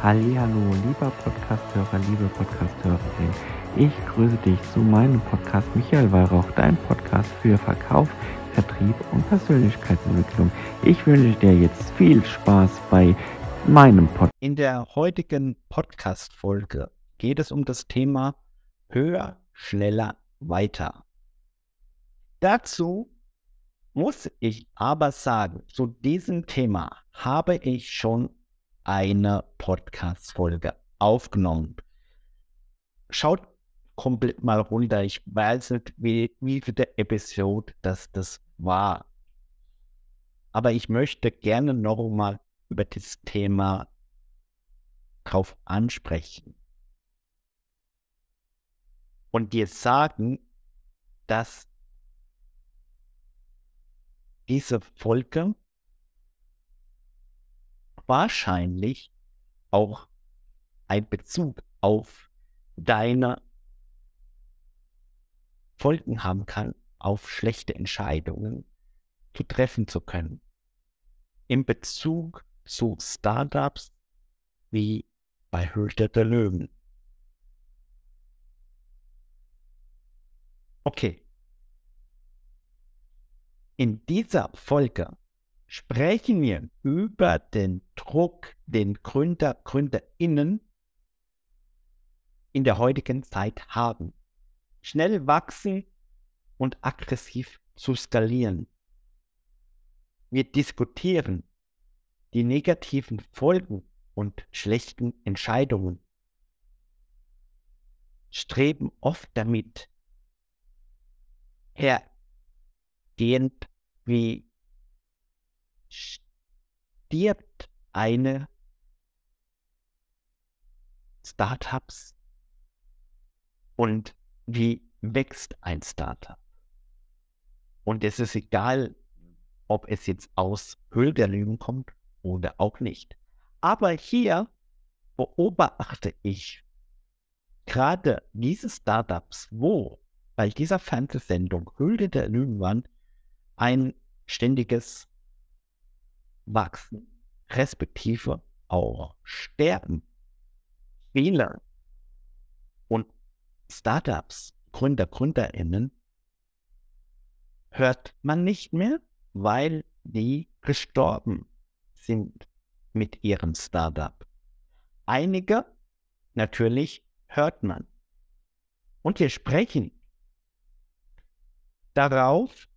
Hallihallo, lieber Podcasthörer, liebe Podcasthörerin. Ich grüße dich zu meinem Podcast Michael Weihrauch, dein Podcast für Verkauf, Vertrieb und Persönlichkeitsentwicklung. Ich wünsche dir jetzt viel Spaß bei meinem Podcast. In der heutigen Podcast-Folge geht es um das Thema höher, schneller, weiter. Dazu muss ich aber sagen, zu diesem Thema habe ich schon eine Podcast-Folge aufgenommen. Schaut komplett mal runter, ich weiß nicht, wie viele Episode das war. Aber ich möchte gerne noch mal über das Thema drauf ansprechen. Und dir sagen, dass diese Folge wahrscheinlich auch einen Bezug auf deine Folgen haben kann, auf schlechte Entscheidungen treffen zu können. In Bezug zu Startups wie bei Höhle der Löwen. Okay. In dieser Folge sprechen wir über den Druck, den GründerInnen in der heutigen Zeit haben. Schnell wachsen und aggressiv zu skalieren. Wir diskutieren die negativen Folgen und schlechten Entscheidungen. Streben oft damit hergehend, wie stirbt eine Startups und wie wächst ein Startup. Und es ist egal, ob es jetzt aus Höhle der Löwen kommt oder auch nicht. Aber hier beobachte ich gerade diese Startups, wo bei dieser Fernsehsendung Höhle der Löwen waren, ein ständiges Wachsen, respektive auch Sterben. Viele und Startups, GründerInnen, hört man nicht mehr, weil die gestorben sind mit ihrem Startup. Einige natürlich hört man. Und wir sprechen darauf,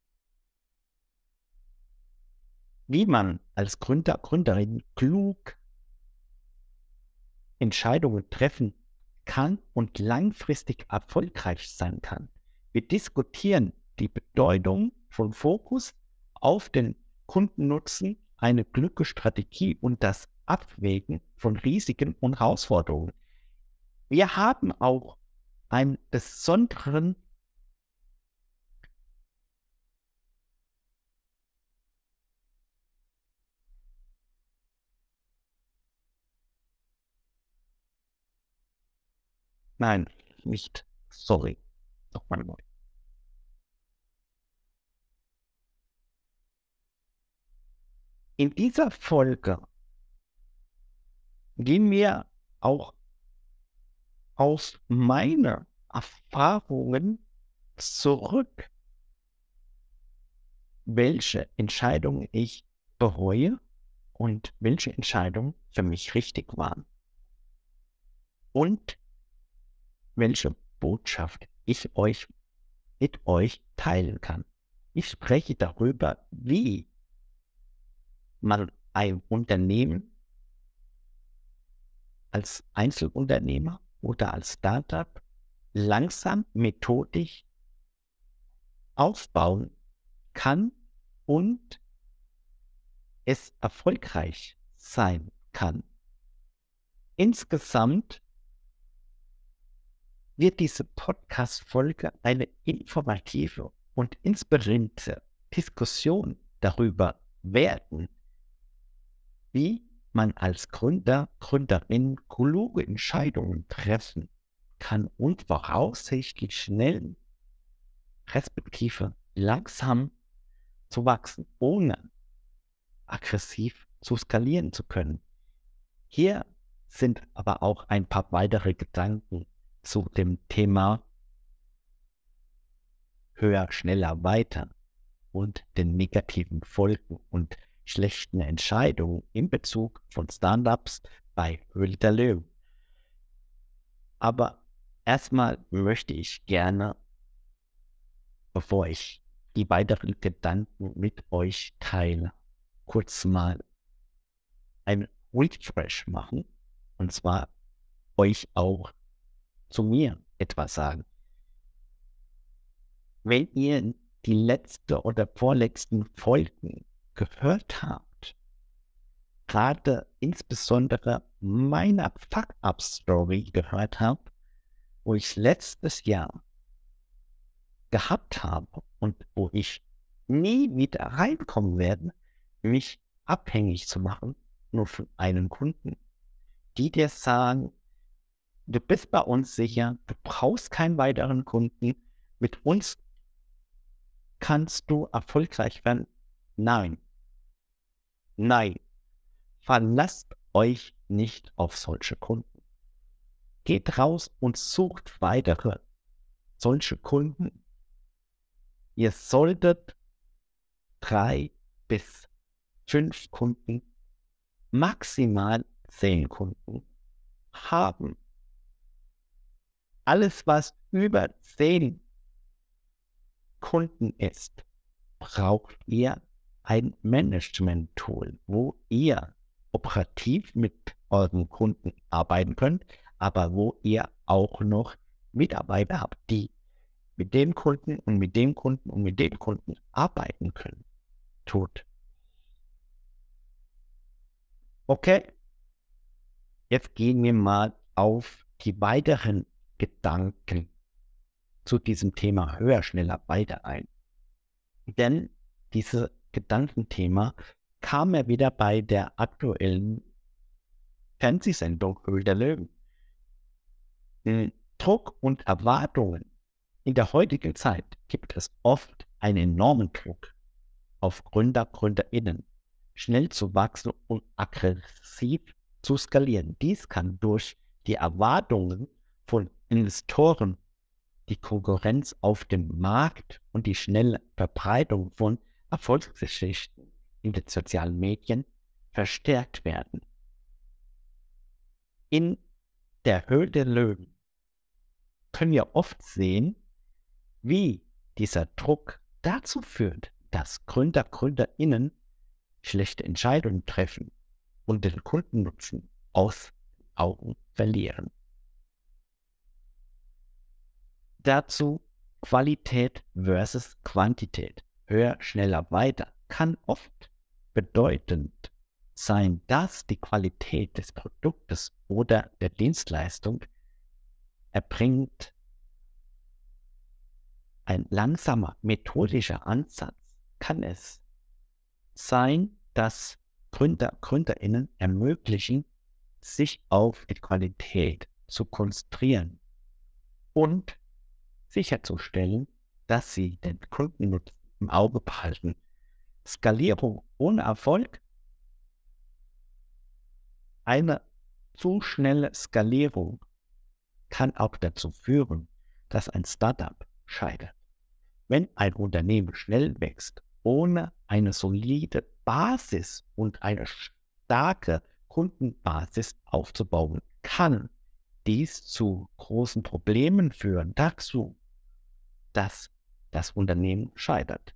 wie man als Gründerin klug Entscheidungen treffen kann und langfristig erfolgreich sein kann. Wir diskutieren die Bedeutung von Fokus auf den Kundennutzen, eine kluge Strategie und das Abwägen von Risiken und Herausforderungen. Wir haben auch einen besonderen Nein, nicht. Sorry. Nochmal neu. In dieser Folge gehen wir auch auf meine Erfahrungen zurück, welche Entscheidungen ich bereue und welche Entscheidungen für mich richtig waren. Und welche Botschaft ich mit euch teilen kann. Ich spreche darüber, wie man ein Unternehmen als Einzelunternehmer oder als Startup langsam methodisch aufbauen kann und es erfolgreich sein kann. Insgesamt wird diese Podcast-Folge eine informative und inspirierende Diskussion darüber werden, wie man als Gründerin kluge Entscheidungen treffen kann und voraussichtlich schnell, respektive langsam zu wachsen, ohne aggressiv zu skalieren zu können. Hier sind aber auch ein paar weitere Gedanken zu dem Thema höher, schneller, weiter und den negativen Folgen und schlechten Entscheidungen in Bezug von Startups bei Höhle der Löwen. Aber erstmal möchte ich gerne, bevor ich die weiteren Gedanken mit euch teile, kurz mal ein Refresh machen und zwar euch auch zu mir etwas sagen. Wenn ihr die letzte oder vorletzten Folgen gehört habt, gerade insbesondere meiner Fuck-Up-Story gehört habt, wo ich letztes Jahr gehabt habe und wo ich nie wieder reinkommen werde, mich abhängig zu machen, nur von einem Kunden, die dir sagen, du bist bei uns sicher, du brauchst keinen weiteren Kunden, mit uns kannst du erfolgreich werden. Nein, verlasst euch nicht auf solche Kunden. Geht raus und sucht weitere solche Kunden. Ihr solltet 3 bis 5 Kunden, maximal 10 Kunden haben. Alles, was über 10 Kunden ist, braucht ihr ein Management-Tool, wo ihr operativ mit euren Kunden arbeiten könnt, aber wo ihr auch noch Mitarbeiter habt, die mit dem Kunden und mit dem Kunden und mit dem Kunden arbeiten können. Tut. Okay, jetzt gehen wir mal auf die weiteren Gedanken zu diesem Thema höher, schneller, weiter ein. Denn dieses Gedankenthema kam ja wieder bei der aktuellen Fernsehsendung Höhle der Löwen. Druck und Erwartungen. In der heutigen Zeit gibt es oft einen enormen Druck auf Gründer, GründerInnen, schnell zu wachsen und aggressiv zu skalieren. Dies kann durch die Erwartungen von Investoren, die Konkurrenz auf dem Markt und die schnelle Verbreitung von Erfolgsgeschichten in den sozialen Medien verstärkt werden. In der Höhle der Löwen können wir oft sehen, wie dieser Druck dazu führt, dass Gründer, GründerInnen schlechte Entscheidungen treffen und den Kundennutzen aus den Augen verlieren. Dazu Qualität versus Quantität. Höher, schneller, weiter kann oft bedeutend sein, dass die Qualität des Produktes oder der Dienstleistung erbringt. Ein langsamer methodischer Ansatz kann es sein, dass GründerInnen ermöglichen, sich auf die Qualität zu konzentrieren und sicherzustellen, dass sie den Kundennutzen im Auge behalten. Skalierung ohne Erfolg. Eine zu schnelle Skalierung kann auch dazu führen, dass ein Startup scheitert. Wenn ein Unternehmen schnell wächst, ohne eine solide Basis und eine starke Kundenbasis aufzubauen, kann dies zu großen Problemen führen, dazu, dass das Unternehmen scheitert.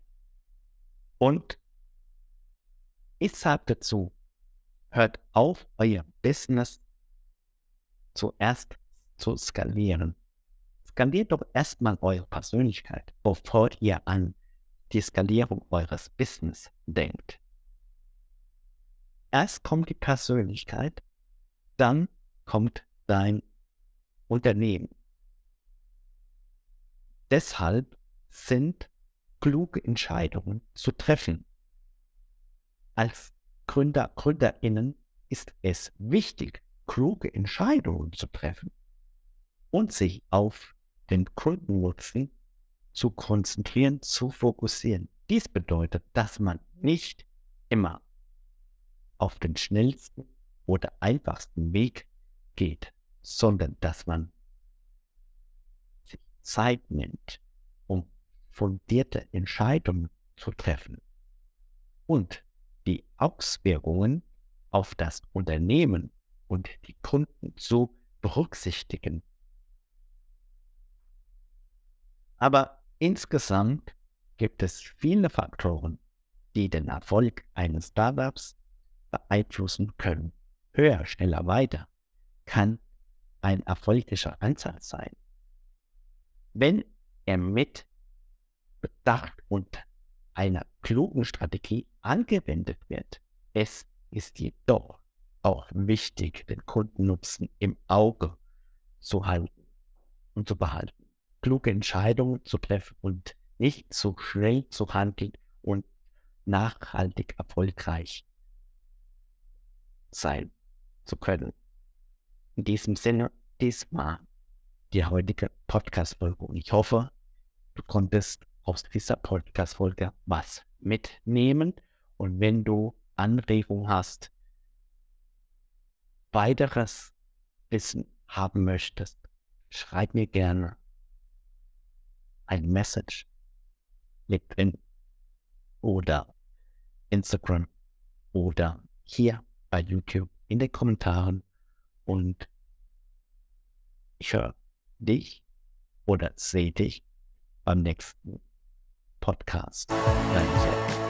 Und ich sage dazu, hört auf, euer Business zuerst zu skalieren. Skaliert doch erstmal eure Persönlichkeit, bevor ihr an die Skalierung eures Business denkt. Erst kommt die Persönlichkeit, dann kommt dein Unternehmen. Deshalb sind kluge Entscheidungen zu treffen. Als Gründer, GründerInnen ist es wichtig, kluge Entscheidungen zu treffen und sich auf den Kundennutzen zu konzentrieren, zu fokussieren. Dies bedeutet, dass man nicht immer auf den schnellsten oder einfachsten Weg geht, sondern dass man sich Zeit nimmt, um fundierte Entscheidungen zu treffen und die Auswirkungen auf das Unternehmen und die Kunden zu berücksichtigen. Aber insgesamt gibt es viele Faktoren, die den Erfolg eines Startups beeinflussen können. Höher, schneller, weiter kann ein erfolgreicher Ansatz sein, wenn er mit Bedacht und einer klugen Strategie angewendet wird. Es ist jedoch auch wichtig, den Kundennutzen im Auge zu halten und zu behalten, kluge Entscheidungen zu treffen und nicht zu schnell zu handeln und nachhaltig erfolgreich sein zu können. In diesem Sinne, dies war die heutige Podcast-Folge und ich hoffe, du konntest aus dieser Podcast-Folge was mitnehmen und wenn du Anregungen hast, weiteres Wissen haben möchtest, schreib mir gerne ein Message, LinkedIn oder Instagram oder hier bei YouTube in den Kommentaren und ich höre dich oder sehe dich beim nächsten Podcast. Dein Michael.